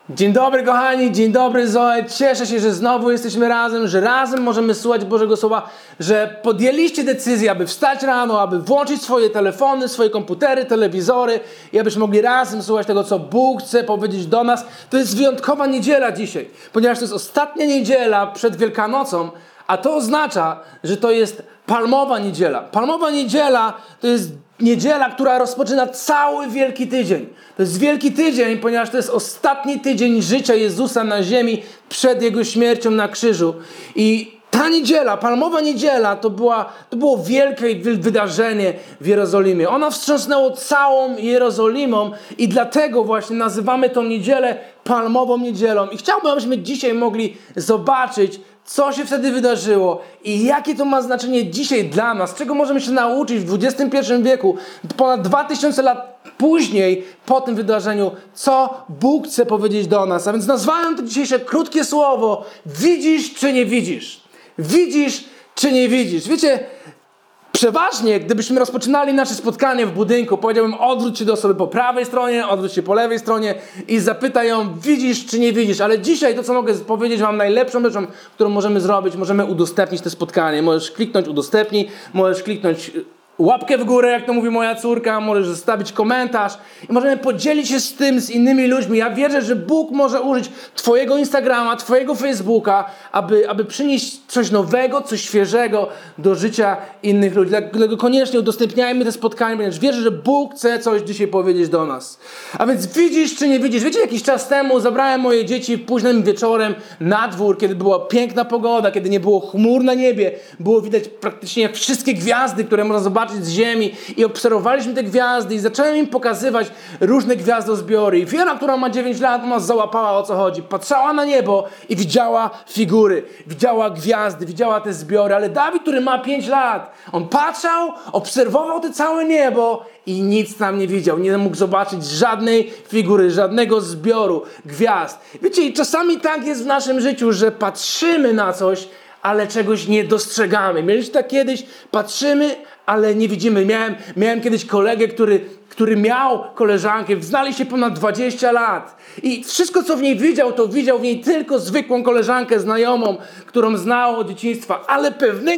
Dzień dobry kochani, dzień dobry Zoe. Cieszę się, że znowu jesteśmy razem, że razem możemy słuchać Bożego Słowa, że podjęliście decyzję, aby wstać rano, aby włączyć swoje telefony, swoje komputery, telewizory i abyśmy mogli razem słuchać tego, co Bóg chce powiedzieć do nas. To jest wyjątkowa niedziela dzisiaj, ponieważ to jest ostatnia niedziela przed Wielkanocą, a to oznacza, że to jest Palmowa Niedziela. Palmowa Niedziela to jest niedziela, która rozpoczyna cały Wielki Tydzień. To jest Wielki Tydzień, ponieważ to jest ostatni tydzień życia Jezusa na ziemi przed Jego śmiercią na krzyżu. I ta niedziela, Palmowa Niedziela, to było wielkie wydarzenie w Jerozolimie. Ona wstrząsnęła całą Jerozolimą i dlatego właśnie nazywamy tą niedzielę Palmową Niedzielą. I chciałbym, abyśmy dzisiaj mogli zobaczyć, co się wtedy wydarzyło i jakie to ma znaczenie dzisiaj dla nas, czego możemy się nauczyć w XXI wieku, ponad 2000 lat później po tym wydarzeniu, co Bóg chce powiedzieć do nas. A więc nazwałem to dzisiejsze krótkie słowo: widzisz czy nie widzisz? Widzisz czy nie widzisz? Wiecie, przeważnie, gdybyśmy rozpoczynali nasze spotkanie w budynku, powiedziałbym: odwróć się do osoby po prawej stronie, odwróć się po lewej stronie i zapytaj ją: widzisz czy nie widzisz? Ale dzisiaj to, co mogę powiedzieć wam, najlepszą rzeczą, którą możemy zrobić, możemy udostępnić to spotkanie. Możesz kliknąć udostępnij, możesz kliknąć łapkę w górę, jak to mówi moja córka, możesz zostawić komentarz i możemy podzielić się z tym z innymi ludźmi. Ja wierzę, że Bóg może użyć twojego Instagrama, twojego Facebooka, aby przynieść coś nowego, coś świeżego do życia innych ludzi. Dlatego koniecznie udostępniajmy te spotkania, ponieważ wierzę, że Bóg chce coś dzisiaj powiedzieć do nas. A więc widzisz czy nie widzisz? Wiecie, jakiś czas temu zabrałem moje dzieci późnym wieczorem na dwór, kiedy była piękna pogoda, kiedy nie było chmur na niebie, było widać praktycznie wszystkie gwiazdy, które można zobaczyć z ziemi, i obserwowaliśmy te gwiazdy i zacząłem im pokazywać różne gwiazdozbiory. I Fiona, która ma 9 lat, ona załapała, o co chodzi. Patrzała na niebo i widziała figury, widziała gwiazdy, widziała te zbiory. Ale Dawid, który ma 5 lat, on patrzał, obserwował to całe niebo i nic tam nie widział. Nie mógł zobaczyć żadnej figury, żadnego zbioru gwiazd. Wiecie, i czasami tak jest w naszym życiu, że patrzymy na coś, ale czegoś nie dostrzegamy. Mieliście tak kiedyś? Patrzymy, ale nie widzimy. Miałem kiedyś kolegę, który miał koleżankę, znali się ponad 20 lat i wszystko, co w niej widział, to widział w niej tylko zwykłą koleżankę, znajomą, którą znał od dzieciństwa, ale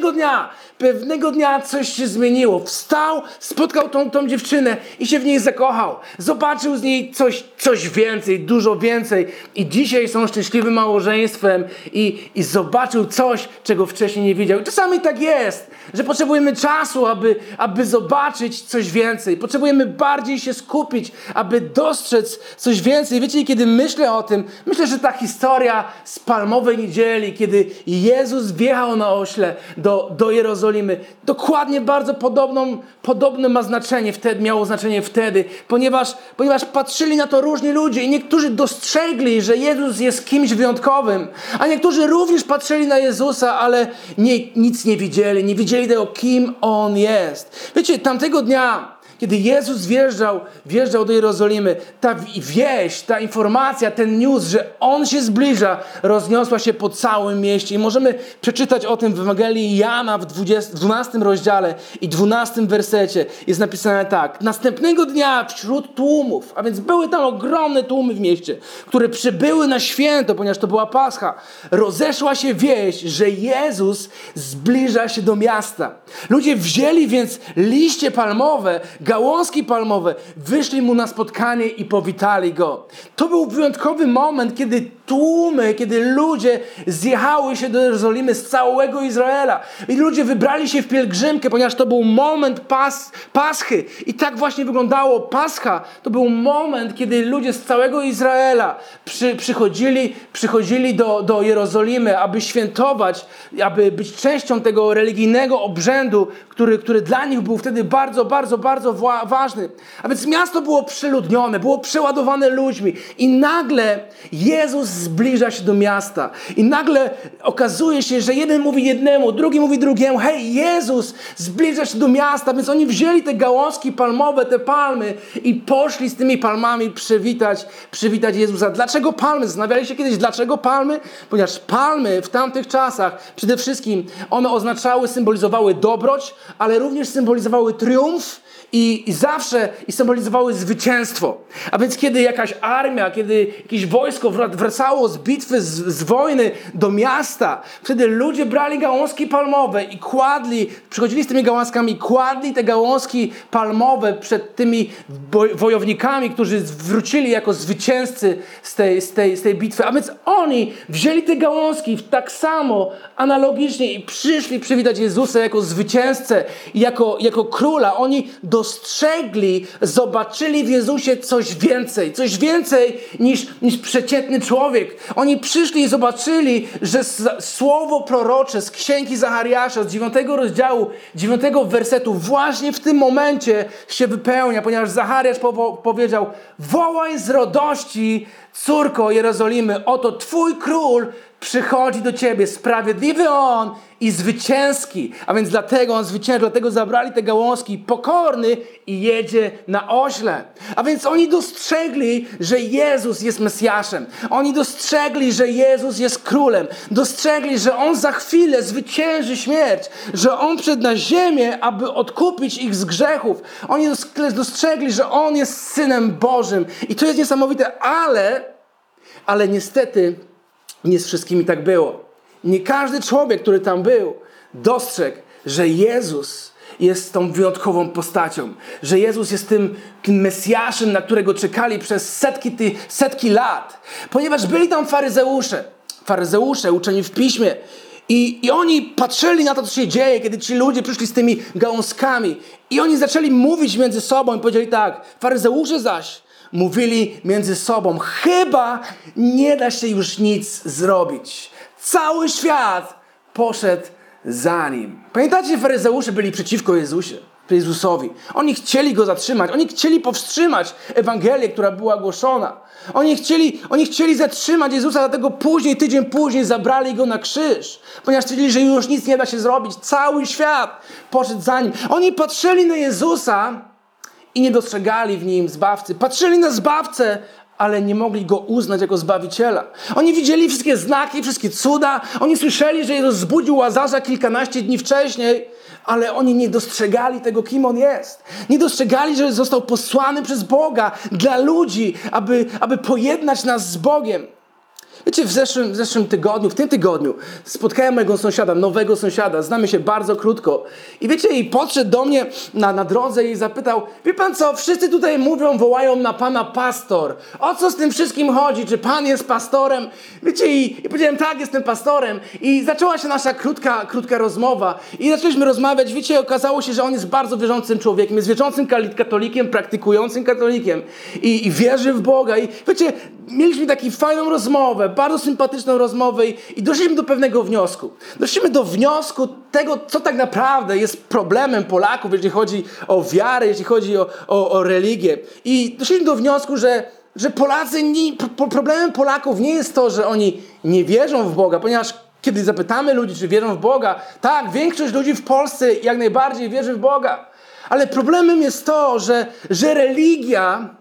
pewnego dnia coś się zmieniło. Wstał, spotkał tą dziewczynę i się w niej zakochał. Zobaczył z niej coś więcej, dużo więcej i dzisiaj są szczęśliwym małżeństwem i zobaczył coś, czego wcześniej nie widział. I czasami tak jest, że potrzebujemy czasu, aby zobaczyć coś więcej. Potrzebujemy bardziej się skupić, aby dostrzec coś więcej. Wiecie, kiedy myślę o tym, myślę, że ta historia z Palmowej Niedzieli, kiedy Jezus wjechał na ośle do Jerozolimy, dokładnie bardzo podobne ma znaczenie miało znaczenie wtedy, ponieważ patrzyli na to różni ludzie i niektórzy dostrzegli, że Jezus jest kimś wyjątkowym, a niektórzy również patrzyli na Jezusa, ale nic nie widzieli tego, kim On jest. Wiecie, tamtego dnia, kiedy Jezus wjeżdżał do Jerozolimy, ta wieść, ta informacja, ten news, że On się zbliża, rozniosła się po całym mieście. I możemy przeczytać o tym w Ewangelii Jana w 12 rozdziale i 12 wersecie. Jest napisane tak: następnego dnia wśród tłumów, a więc były tam ogromne tłumy w mieście, które przybyły na święto, ponieważ to była Pascha, rozeszła się wieść, że Jezus zbliża się do miasta. Ludzie wzięli więc liście palmowe, gałązki palmowe, wyszli mu na spotkanie i powitali go. To był wyjątkowy moment, kiedy ludzie zjechały się do Jerozolimy z całego Izraela. I ludzie wybrali się w pielgrzymkę, ponieważ to był moment Paschy. I tak właśnie wyglądało Pascha. To był moment, kiedy ludzie z całego Izraela przychodzili do Jerozolimy, aby świętować, aby być częścią tego religijnego obrzędu, który dla nich był wtedy bardzo, bardzo, bardzo ważny. A więc miasto było przeludnione, było przeładowane ludźmi i nagle Jezus zbliża się do miasta i nagle okazuje się, że jeden mówi jednemu, drugi mówi drugiemu: hej, Jezus zbliża się do miasta. Więc oni wzięli te gałązki palmowe, te palmy i poszli z tymi palmami przywitać Jezusa. Dlaczego palmy? Zastanawiali się kiedyś, dlaczego palmy? Ponieważ palmy w tamtych czasach przede wszystkim one symbolizowały dobroć, ale również symbolizowały triumf i zawsze symbolizowały zwycięstwo. A więc kiedy jakaś armia, kiedy jakieś wojsko wracało z bitwy, z wojny do miasta, wtedy ludzie brali gałązki palmowe i przychodzili z tymi gałązkami, kładli te gałązki palmowe przed tymi wojownikami, którzy wrócili jako zwycięzcy z tej bitwy. A więc oni wzięli te gałązki tak samo, analogicznie i przyszli przywitać Jezusa jako zwycięzcę, jako króla. Oni dostrzegli, zobaczyli w Jezusie coś więcej niż przeciętny człowiek. Oni przyszli i zobaczyli, że słowo prorocze z księgi Zachariasza, z 9 rozdziału, 9 wersetu, właśnie w tym momencie się wypełnia, ponieważ Zachariasz powiedział: wołaj z radości, córko Jerozolimy, oto Twój król przychodzi do Ciebie, sprawiedliwy On i zwycięski. A więc dlatego On zwycięży, dlatego zabrali te gałązki, pokorny i jedzie na ośle. A więc oni dostrzegli, że Jezus jest Mesjaszem. Oni dostrzegli, że Jezus jest królem. Dostrzegli, że On za chwilę zwycięży śmierć, że On przyszedł na ziemię, aby odkupić ich z grzechów. Oni dostrzegli, że On jest Synem Bożym. I to jest niesamowite, ale niestety nie z wszystkimi tak było. Nie każdy człowiek, który tam był, dostrzegł, że Jezus jest tą wyjątkową postacią. Że Jezus jest tym Mesjaszem, na którego czekali przez setki lat. Ponieważ byli tam faryzeusze uczeni w piśmie. I oni patrzyli na to, co się dzieje, kiedy ci ludzie przyszli z tymi gałązkami. I oni zaczęli mówić między sobą i powiedzieli tak: faryzeusze zaś mówili między sobą: chyba nie da się już nic zrobić. Cały świat poszedł za Nim. Pamiętacie, faryzeusze byli przeciwko Jezusowi. Oni chcieli Go zatrzymać. Oni chcieli powstrzymać Ewangelię, która była głoszona. Oni chcieli zatrzymać Jezusa, dlatego tydzień później zabrali Go na krzyż. Ponieważ stwierdzili, że już nic nie da się zrobić. Cały świat poszedł za Nim. Oni patrzyli na Jezusa i nie dostrzegali w Nim Zbawcy. Patrzyli na Zbawcę, ale nie mogli Go uznać jako Zbawiciela. Oni widzieli wszystkie znaki, wszystkie cuda. Oni słyszeli, że Jezus zbudził Łazarza kilkanaście dni wcześniej, ale oni nie dostrzegali tego, kim On jest. Nie dostrzegali, że został posłany przez Boga dla ludzi, aby pojednać nas z Bogiem. Wiecie, w zeszłym tygodniu, w tym tygodniu spotkałem mojego sąsiada, nowego sąsiada. Znamy się bardzo krótko. I wiecie, i podszedł do mnie na drodze i zapytał: wie pan co, wszyscy tutaj wołają na pana pastor. O co z tym wszystkim chodzi? Czy pan jest pastorem? Wiecie, i powiedziałem: tak, jestem pastorem. I zaczęła się nasza krótka rozmowa. I zaczęliśmy rozmawiać. Wiecie, okazało się, że on jest bardzo wierzącym człowiekiem. Jest wierzącym katolikiem, praktykującym katolikiem. I wierzy w Boga. I wiecie, mieliśmy taką fajną rozmowę, bardzo sympatyczną rozmowę i doszliśmy do pewnego wniosku. Doszliśmy do wniosku tego, co tak naprawdę jest problemem Polaków, jeśli chodzi o wiarę, jeśli chodzi o religię. I doszliśmy do wniosku, że problemem Polaków nie jest to, że oni nie wierzą w Boga, ponieważ kiedy zapytamy ludzi, czy wierzą w Boga, tak, większość ludzi w Polsce jak najbardziej wierzy w Boga. Ale problemem jest to, że religia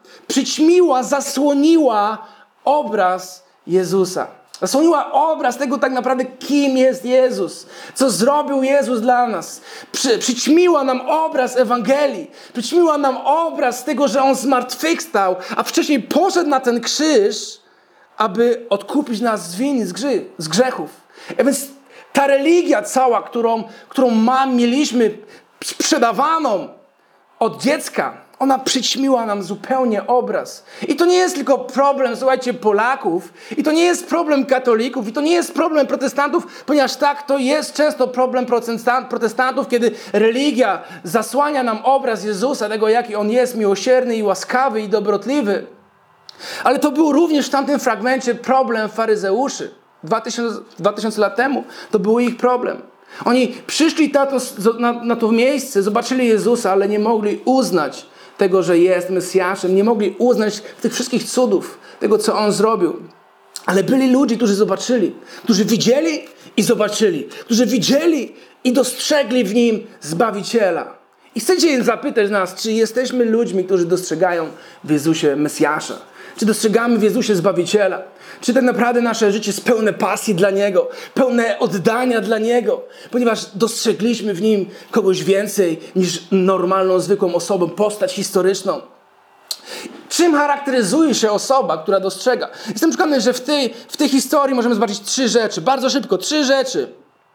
zasłoniła obraz Jezusa. Zasłoniła obraz tego tak naprawdę, kim jest Jezus. Co zrobił Jezus dla nas. Przyćmiła nam obraz Ewangelii. Przyćmiła nam obraz tego, że On zmartwychwstał, a wcześniej poszedł na ten krzyż, aby odkupić nas z win, z grzechów. A więc ta religia cała, którą mieliśmy sprzedawaną od dziecka, ona przyćmiła nam zupełnie obraz. I to nie jest tylko problem, słuchajcie, Polaków. I to nie jest problem katolików. I to nie jest problem protestantów, ponieważ tak, to jest często problem protestantów, kiedy religia zasłania nam obraz Jezusa, tego jaki On jest miłosierny i łaskawy i dobrotliwy. Ale to był również w tamtym fragmencie problem faryzeuszy. 2000 lat temu to był ich problem. Oni przyszli na to miejsce, zobaczyli Jezusa, ale nie mogli uznać tego, że jest Mesjaszem. Nie mogli uznać tych wszystkich cudów, tego, co On zrobił. Ale byli ludzie, którzy zobaczyli, którzy widzieli i zobaczyli, którzy widzieli i dostrzegli w Nim Zbawiciela. I chcecie zapytać nas, czy jesteśmy ludźmi, którzy dostrzegają w Jezusie Mesjasza. Czy dostrzegamy w Jezusie Zbawiciela? Czy tak naprawdę nasze życie jest pełne pasji dla Niego, pełne oddania dla Niego? Ponieważ dostrzegliśmy w Nim kogoś więcej niż normalną, zwykłą osobą, postać historyczną. Czym charakteryzuje się osoba, która dostrzega? Jestem przekonany, że w tej historii możemy zobaczyć 3 rzeczy. Bardzo szybko, 3 rzeczy.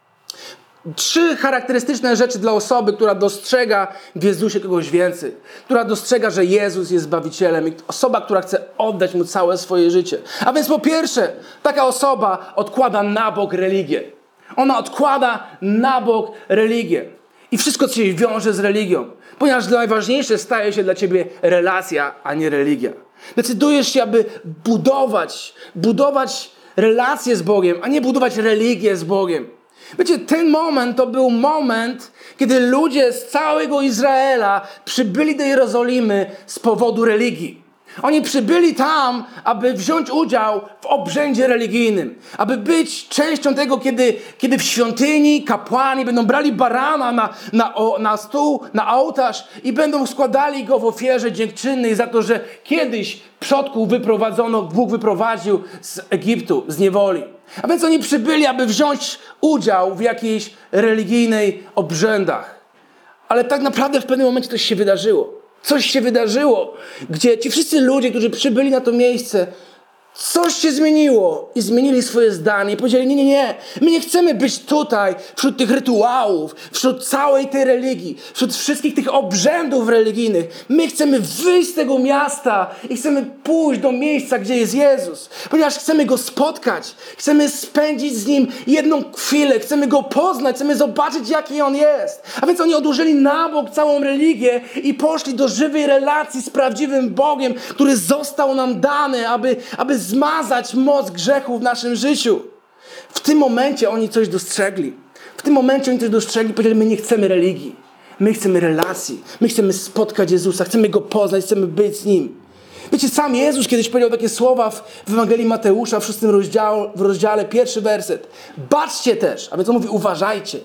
3 charakterystyczne rzeczy dla osoby, która dostrzega w Jezusie kogoś więcej. Która dostrzega, że Jezus jest Zbawicielem. I osoba, która chce oddać Mu całe swoje życie. A więc po pierwsze, taka osoba odkłada na bok religię. Ona odkłada na bok religię. I wszystko, co się wiąże z religią. Ponieważ najważniejsze staje się dla ciebie relacja, a nie religia. Decydujesz się, aby budować relacje z Bogiem, a nie budować religię z Bogiem. Wiecie, ten moment to był moment, kiedy ludzie z całego Izraela przybyli do Jerozolimy z powodu religii. Oni przybyli tam, aby wziąć udział w obrzędzie religijnym. Aby być częścią tego, kiedy w świątyni kapłani będą brali barana na stół, na ołtarz i będą składali go w ofierze dziękczynnej za to, że kiedyś przodków Bóg wyprowadził z Egiptu, z niewoli. A więc oni przybyli, aby wziąć udział w jakiejś religijnej obrzędach. Ale tak naprawdę w pewnym momencie coś się wydarzyło. Coś się wydarzyło, gdzie ci wszyscy ludzie, którzy przybyli na to miejsce, coś się zmieniło i zmienili swoje zdanie i powiedzieli, nie, my nie chcemy być tutaj wśród tych rytuałów, wśród całej tej religii, wśród wszystkich tych obrzędów religijnych. My chcemy wyjść z tego miasta i chcemy pójść do miejsca, gdzie jest Jezus, ponieważ chcemy Go spotkać, chcemy spędzić z Nim jedną chwilę, chcemy Go poznać, chcemy zobaczyć, jaki On jest. A więc oni odłożyli na bok całą religię i poszli do żywej relacji z prawdziwym Bogiem, który został nam dany, aby zmazać moc grzechu w naszym życiu. W tym momencie oni coś dostrzegli. Powiedzieli, my nie chcemy religii. My chcemy relacji. My chcemy spotkać Jezusa. Chcemy Go poznać. Chcemy być z Nim. Wiecie, sam Jezus kiedyś powiedział takie słowa w Ewangelii Mateusza w 6 rozdziale, 1 werset. Baczcie też. A więc on mówi, uważajcie.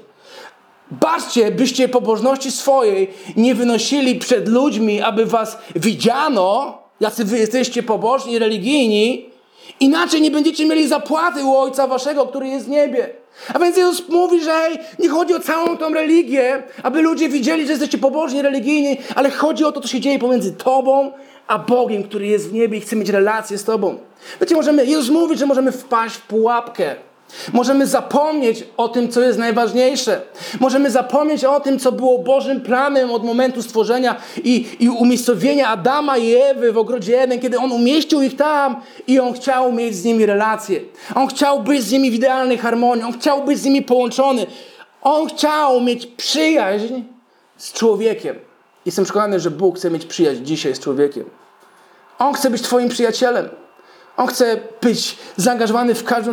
Baczcie, byście pobożności swojej nie wynosili przed ludźmi, aby was widziano, jacy wy jesteście pobożni, religijni, inaczej nie będziecie mieli zapłaty u Ojca waszego, który jest w niebie. A więc Jezus mówi, że nie chodzi o całą tą religię, aby ludzie widzieli, że jesteście pobożni, religijni, ale chodzi o to, co się dzieje pomiędzy tobą a Bogiem, który jest w niebie i chce mieć relację z tobą. Wiecie, Jezus mówi, że możemy wpaść w pułapkę. Możemy zapomnieć o tym, co jest najważniejsze. Możemy zapomnieć o tym, co było Bożym planem od momentu stworzenia i umiejscowienia Adama i Ewy w ogrodzie Eden, kiedy On umieścił ich tam i On chciał mieć z nimi relację. On chciał być z nimi w idealnej harmonii. On chciał być z nimi połączony. On chciał mieć przyjaźń z człowiekiem. Jestem przekonany, że Bóg chce mieć przyjaźń dzisiaj z człowiekiem. On chce być twoim przyjacielem. On chce być zaangażowany w każdą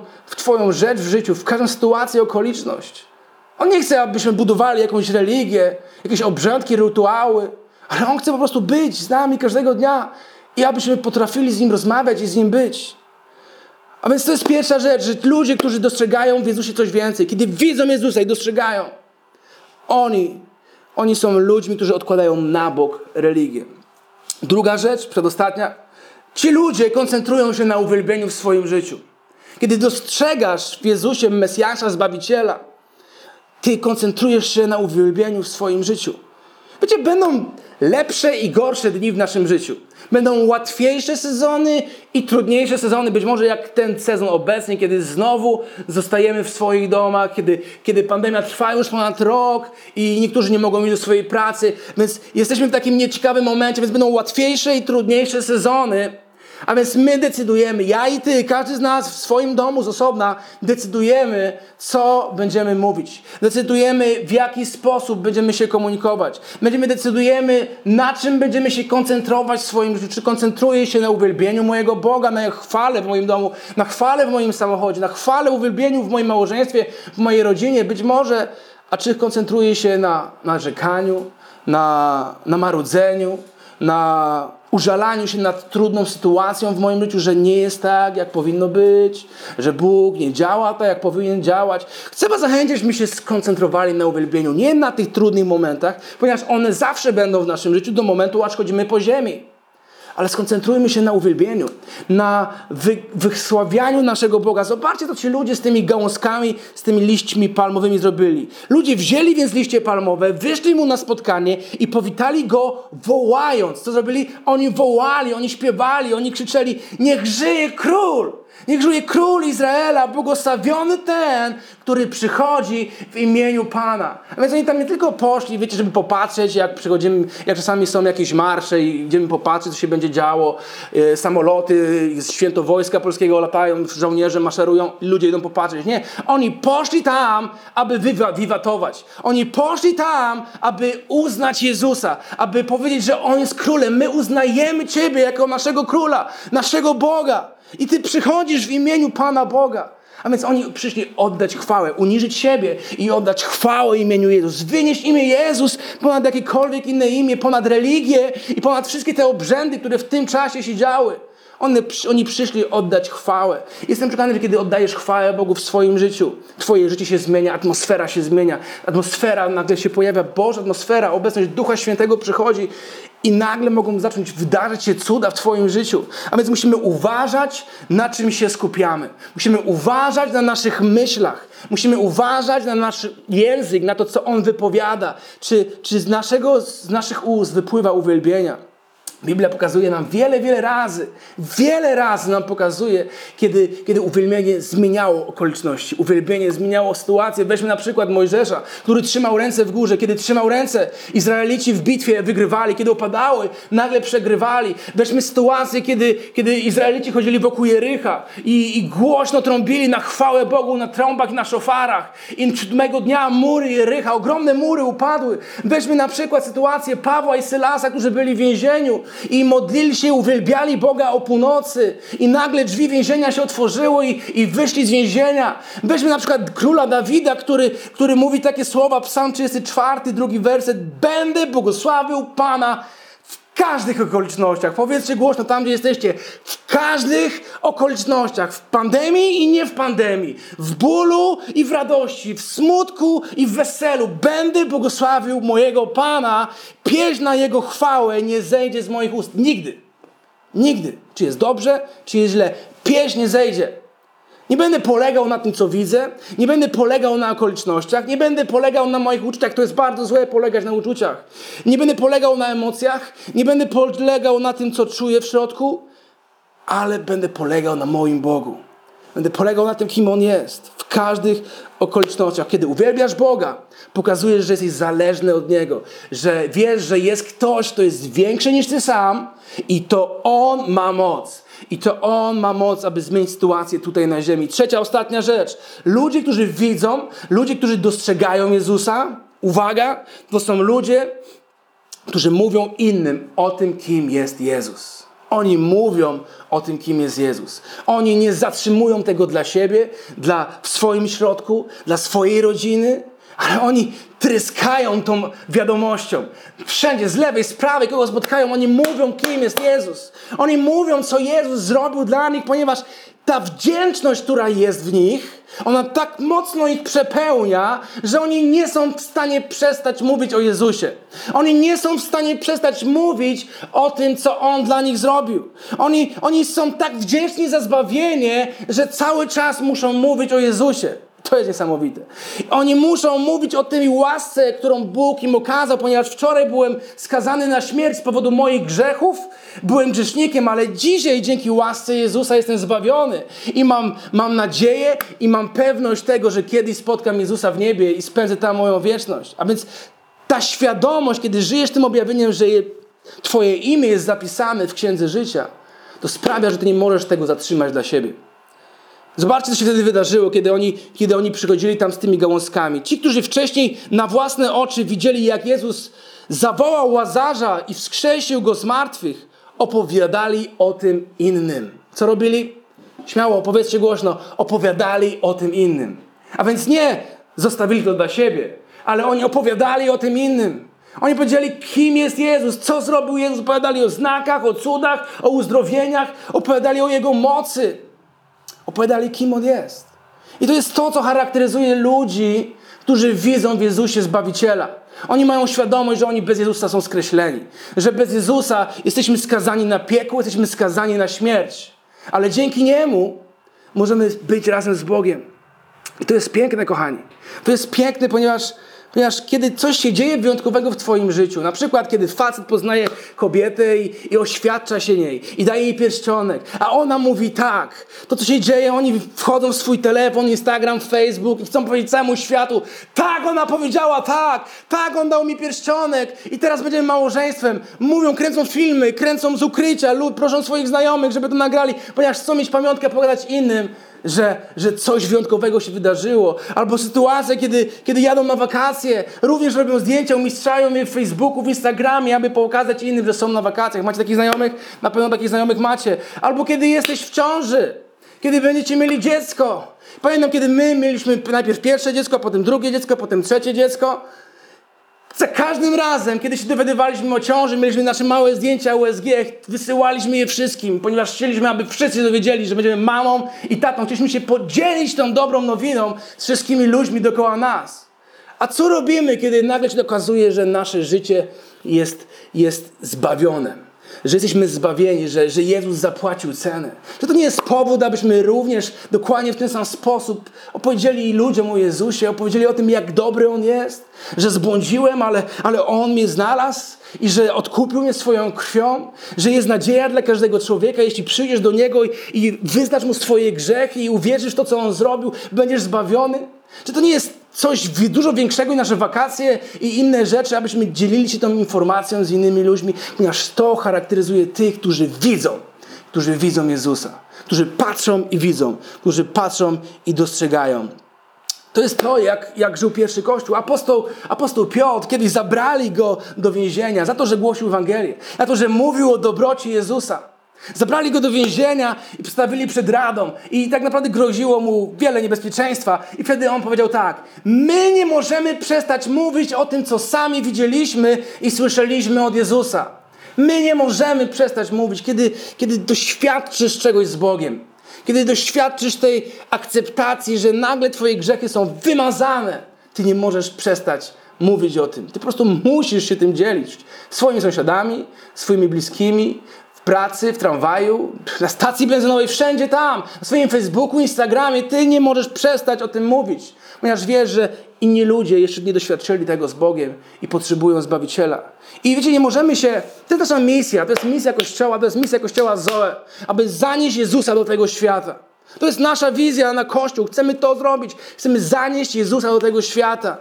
twoją rzecz w życiu, w każdą sytuację, okoliczność. On nie chce, abyśmy budowali jakąś religię, jakieś obrzędki, rytuały, ale On chce po prostu być z nami każdego dnia i abyśmy potrafili z Nim rozmawiać i z Nim być. A więc to jest pierwsza rzecz, że ludzie, którzy dostrzegają w Jezusie coś więcej, kiedy widzą Jezusa i dostrzegają, oni są ludźmi, którzy odkładają na bok religię. Druga rzecz, przedostatnia, ci ludzie koncentrują się na uwielbieniu w swoim życiu. Kiedy dostrzegasz w Jezusie Mesjasza, Zbawiciela, ty koncentrujesz się na uwielbieniu w swoim życiu. Wiecie, będą lepsze i gorsze dni w naszym życiu. Będą łatwiejsze sezony i trudniejsze sezony. Być może jak ten sezon obecny, kiedy znowu zostajemy w swoich domach, kiedy pandemia trwa już ponad rok i niektórzy nie mogą iść do swojej pracy. Więc jesteśmy w takim nieciekawym momencie, więc będą łatwiejsze i trudniejsze sezony. A więc my decydujemy, ja i ty, każdy z nas w swoim domu z osobna decydujemy, co będziemy mówić. Decydujemy, w jaki sposób będziemy się komunikować. Decydujemy, na czym będziemy się koncentrować w swoim życiu. Czy koncentruję się na uwielbieniu mojego Boga, na chwale w moim domu, na chwale w moim samochodzie, na chwale, uwielbieniu w moim małżeństwie, w mojej rodzinie, być może. A czy koncentruję się na narzekaniu, na marudzeniu, na użalaniu się nad trudną sytuacją w moim życiu, że nie jest tak, jak powinno być, że Bóg nie działa tak, jak powinien działać. Chcę was zachęcić, żebyśmy się skoncentrowali na uwielbieniu, nie na tych trudnych momentach, ponieważ one zawsze będą w naszym życiu do momentu, aż chodzimy po ziemi. ale skoncentrujmy się na uwielbieniu, na wysławianiu naszego Boga. Zobaczcie, co ci ludzie z tymi gałązkami, z tymi liśćmi palmowymi zrobili. Ludzie wzięli więc liście palmowe, wyszli mu na spotkanie i powitali go wołając. Co zrobili? Oni wołali, oni śpiewali, oni krzyczeli: niech żyje król! Niech żyje król Izraela, błogosławiony ten, który przychodzi w imieniu Pana. A więc oni tam nie tylko poszli, wiecie, żeby popatrzeć, jak przychodzimy, jak czasami są jakieś marsze i idziemy popatrzeć, co się będzie działo. Samoloty, święto Wojska Polskiego latają, żołnierze maszerują, ludzie idą popatrzeć. Nie, oni poszli tam, aby wiwatować. Oni poszli tam, aby uznać Jezusa, aby powiedzieć, że On jest królem. My uznajemy Ciebie jako naszego króla, naszego Boga. I Ty przychodzisz w imieniu Pana Boga. A więc oni przyszli oddać chwałę, uniżyć siebie i oddać chwałę imieniu Jezus. Wynieść imię Jezus ponad jakiekolwiek inne imię, ponad religię i ponad wszystkie te obrzędy, które w tym czasie się działy. Oni przyszli oddać chwałę. Jestem przekonany, że kiedy oddajesz chwałę Bogu w swoim życiu, twoje życie się zmienia, atmosfera się zmienia. Atmosfera, nagle się pojawia Boża atmosfera, obecność Ducha Świętego przychodzi i nagle mogą zacząć wydarzyć się cuda w twoim życiu. A więc musimy uważać, na czym się skupiamy. Musimy uważać na naszych myślach. Musimy uważać na nasz język, na to, co On wypowiada. Czy z naszych ust wypływa uwielbienia. Biblia pokazuje nam wiele razy nam pokazuje, kiedy uwielbienie zmieniało okoliczności, uwielbienie zmieniało sytuację. Weźmy na przykład Mojżesza, który trzymał ręce w górze. Kiedy trzymał ręce, Izraelici w bitwie wygrywali. Kiedy opadały, nagle przegrywali. Weźmy sytuację, kiedy Izraelici chodzili wokół Jericha i głośno trąbili na chwałę Bogu, na trąbach i na szofarach. I 7 dnia mury Jericha, ogromne mury upadły. Weźmy na przykład sytuację Pawła i Sylasa, którzy byli w więzieniu i modlili się, uwielbiali Boga o północy i nagle drzwi więzienia się otworzyły i wyszli z więzienia. Weźmy na przykład króla Dawida, który mówi takie słowa, Psalm 34, 2 werset: będę błogosławił Pana w każdych okolicznościach. Powiedzcie głośno tam, gdzie jesteście. W każdych okolicznościach. W pandemii i nie w pandemii. W bólu i w radości. W smutku i w weselu. Będę błogosławił mojego Pana. Pieśń na Jego chwałę nie zejdzie z moich ust. Nigdy. Nigdy. Czy jest dobrze, czy jest źle. Pieśń nie zejdzie. Nie będę polegał na tym, co widzę. Nie będę polegał na okolicznościach. Nie będę polegał na moich uczuciach. To jest bardzo złe, polegać na uczuciach. Nie będę polegał na emocjach. Nie będę polegał na tym, co czuję w środku. Ale będę polegał na moim Bogu. Będę polegał na tym, kim On jest. W każdych okolicznościach. Kiedy uwielbiasz Boga, pokazujesz, że jesteś zależny od Niego. Że wiesz, że jest ktoś, kto jest większy niż ty sam. I to On ma moc. I to On ma moc, aby zmienić sytuację tutaj na ziemi. Trzecia, ostatnia rzecz. Ludzie, którzy widzą, ludzie, którzy dostrzegają Jezusa, uwaga, to są ludzie, którzy mówią innym o tym, kim jest Jezus. Oni mówią o tym, kim jest Jezus. Oni nie zatrzymują tego dla siebie, w swoim środku, dla swojej rodziny, ale oni tryskają tą wiadomością. Wszędzie, z lewej, z prawej, kogo spotkają, oni mówią, kim jest Jezus. Oni mówią, co Jezus zrobił dla nich, ponieważ ta wdzięczność, która jest w nich, ona tak mocno ich przepełnia, że oni nie są w stanie przestać mówić o Jezusie. Oni nie są w stanie przestać mówić o tym, co On dla nich zrobił. Oni są tak wdzięczni za zbawienie, że cały czas muszą mówić o Jezusie. To jest niesamowite. Oni muszą mówić o tej łasce, którą Bóg im okazał, ponieważ wczoraj byłem skazany na śmierć z powodu moich grzechów, byłem grzesznikiem, ale dzisiaj dzięki łasce Jezusa jestem zbawiony i mam nadzieję i mam pewność tego, że kiedyś spotkam Jezusa w niebie i spędzę tam moją wieczność. A więc ta świadomość, kiedy żyjesz tym objawieniem, że Twoje imię jest zapisane w Księdze Życia, to sprawia, że Ty nie możesz tego zatrzymać dla siebie. Zobaczcie, co się wtedy wydarzyło, kiedy oni przychodzili tam z tymi gałązkami. Ci, którzy wcześniej na własne oczy widzieli, jak Jezus zawołał Łazarza i wskrzesił go z martwych, opowiadali o tym innym. Co robili? Śmiało, powiedzcie głośno. Opowiadali o tym innym. A więc nie zostawili to dla siebie, ale oni opowiadali o tym innym. Oni powiedzieli, kim jest Jezus, co zrobił Jezus. Opowiadali o znakach, o cudach, o uzdrowieniach. Opowiadali o Jego mocy. Opowiadali, kim On jest. I to jest to, co charakteryzuje ludzi, którzy widzą w Jezusie Zbawiciela. Oni mają świadomość, że oni bez Jezusa są skreśleni. Że bez Jezusa jesteśmy skazani na piekło, jesteśmy skazani na śmierć. Ale dzięki Niemu możemy być razem z Bogiem. I to jest piękne, kochani. To jest piękne, ponieważ kiedy coś się dzieje wyjątkowego w twoim życiu, na przykład kiedy facet poznaje kobietę i oświadcza się niej i daje jej pierścionek, a ona mówi tak, to co się dzieje, oni wchodzą w swój telefon, Instagram, Facebook i chcą powiedzieć całemu światu, tak, ona powiedziała tak, on dał mi pierścionek i teraz będziemy małżeństwem. Mówią, kręcą filmy, kręcą z ukrycia lub proszą swoich znajomych, żeby to nagrali, ponieważ chcą mieć pamiątkę, pokazać innym, że coś wyjątkowego się wydarzyło. Albo sytuacja, kiedy jadą na wakacje, również robią zdjęcia, umieszczają je w Facebooku, w Instagramie, aby pokazać innym, że są na wakacjach. Macie takich znajomych? Na pewno takich znajomych macie. Albo kiedy jesteś w ciąży, kiedy będziecie mieli dziecko. Pamiętam, kiedy my mieliśmy najpierw pierwsze dziecko, potem drugie dziecko, potem trzecie dziecko. Za każdym razem, kiedy się dowiadywaliśmy o ciąży, mieliśmy nasze małe zdjęcia USG, wysyłaliśmy je wszystkim, ponieważ chcieliśmy, aby wszyscy się dowiedzieli, że będziemy mamą i tatą. Chcieliśmy się podzielić tą dobrą nowiną z wszystkimi ludźmi dookoła nas. A co robimy, kiedy nagle się okazuje, że nasze życie jest zbawione? Że jesteśmy zbawieni, że Jezus zapłacił cenę. Że to nie jest powód, abyśmy również dokładnie w ten sam sposób opowiedzieli ludziom o Jezusie, opowiedzieli o tym, jak dobry On jest, że zbłądziłem, ale On mnie znalazł i że odkupił mnie swoją krwią, że jest nadzieja dla każdego człowieka, jeśli przyjdziesz do Niego i wyznasz Mu swoje grzechy i uwierzysz w to, co On zrobił, będziesz zbawiony. Czy to nie jest coś dużo większego i nasze wakacje i inne rzeczy, abyśmy dzielili się tą informacją z innymi ludźmi, ponieważ to charakteryzuje tych, którzy widzą Jezusa, którzy patrzą i widzą, którzy patrzą i dostrzegają. To jest to, jak żył pierwszy Kościół. Apostoł Piotr, kiedyś zabrali go do więzienia za to, że głosił Ewangelię, za to, że mówił o dobroci Jezusa. Zabrali go do więzienia i postawili przed radą i tak naprawdę groziło mu wiele niebezpieczeństwa i wtedy on powiedział tak: my nie możemy przestać mówić o tym, co sami widzieliśmy i słyszeliśmy od Jezusa. My nie możemy przestać mówić, kiedy doświadczysz czegoś z Bogiem, kiedy doświadczysz tej akceptacji, że nagle twoje grzechy są wymazane, ty nie możesz przestać mówić o tym. Ty po prostu musisz się tym dzielić. Swoimi sąsiadami, swoimi bliskimi, w pracy, w tramwaju, na stacji benzynowej, wszędzie tam, na swoim Facebooku, Instagramie. Ty nie możesz przestać o tym mówić, ponieważ wiesz, że inni ludzie jeszcze nie doświadczyli tego z Bogiem i potrzebują Zbawiciela. I wiecie, nie możemy się... To jest nasza misja, to jest misja Kościoła, to jest misja Kościoła Zoe, aby zanieść Jezusa do tego świata. To jest nasza wizja na Kościół. Chcemy to zrobić. Chcemy zanieść Jezusa do tego świata.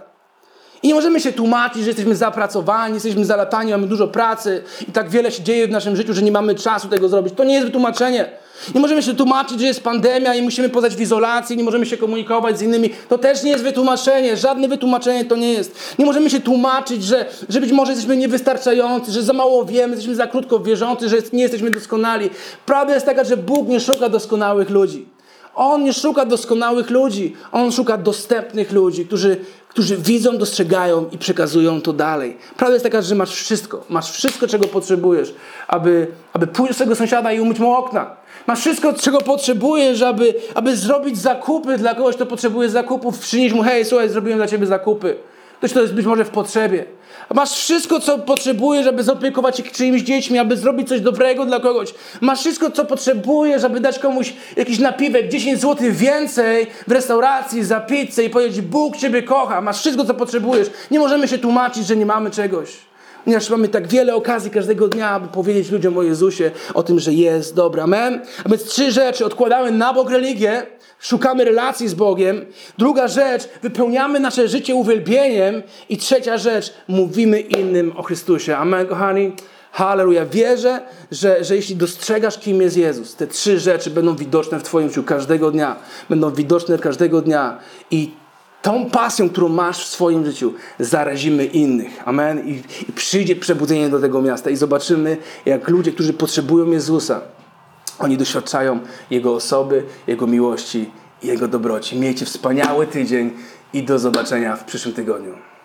I nie możemy się tłumaczyć, że jesteśmy zapracowani, jesteśmy zalatani, mamy dużo pracy i tak wiele się dzieje w naszym życiu, że nie mamy czasu tego zrobić. To nie jest wytłumaczenie. Nie możemy się tłumaczyć, że jest pandemia i musimy pozostać w izolacji, nie możemy się komunikować z innymi. To też nie jest wytłumaczenie. Żadne wytłumaczenie to nie jest. Nie możemy się tłumaczyć, że być może jesteśmy niewystarczający, że za mało wiemy, jesteśmy za krótko wierzący, że nie jesteśmy doskonali. Prawda jest taka, że Bóg nie szuka doskonałych ludzi. On nie szuka doskonałych ludzi. On szuka dostępnych ludzi, którzy widzą, dostrzegają i przekazują to dalej. Prawda jest taka, że masz wszystko. Masz wszystko, czego potrzebujesz, aby pójść do swojego sąsiada i umyć mu okna. Masz wszystko, czego potrzebujesz, aby zrobić zakupy dla kogoś, kto potrzebuje zakupów. Przynieść mu: hej, słuchaj, zrobiłem dla ciebie zakupy. Ktoś, kto jest być może w potrzebie. Masz wszystko, co potrzebujesz, aby zaopiekować się czyimiś dziećmi, aby zrobić coś dobrego dla kogoś. Masz wszystko, co potrzebujesz, aby dać komuś jakiś napiwek, 10 zł więcej w restauracji za pizzę i powiedzieć: Bóg ciebie kocha. Masz wszystko, co potrzebujesz. Nie możemy się tłumaczyć, że nie mamy czegoś. Ponieważ mamy tak wiele okazji każdego dnia, aby powiedzieć ludziom o Jezusie, o tym, że jest dobry. Amen? A więc 3 rzeczy. Odkładamy na bok religię, szukamy relacji z Bogiem. 2 rzecz, wypełniamy nasze życie uwielbieniem. I 3 rzecz, mówimy innym o Chrystusie. Amen, kochani? Halleluja. Wierzę, że jeśli dostrzegasz, kim jest Jezus, te 3 rzeczy będą widoczne w twoim życiu każdego dnia. Będą widoczne każdego dnia. I tą pasją, którą masz w swoim życiu, zarazimy innych. Amen. I przyjdzie przebudzenie do tego miasta. I zobaczymy, jak ludzie, którzy potrzebują Jezusa, oni doświadczają Jego osoby, Jego miłości i Jego dobroci. Miejcie wspaniały tydzień i do zobaczenia w przyszłym tygodniu.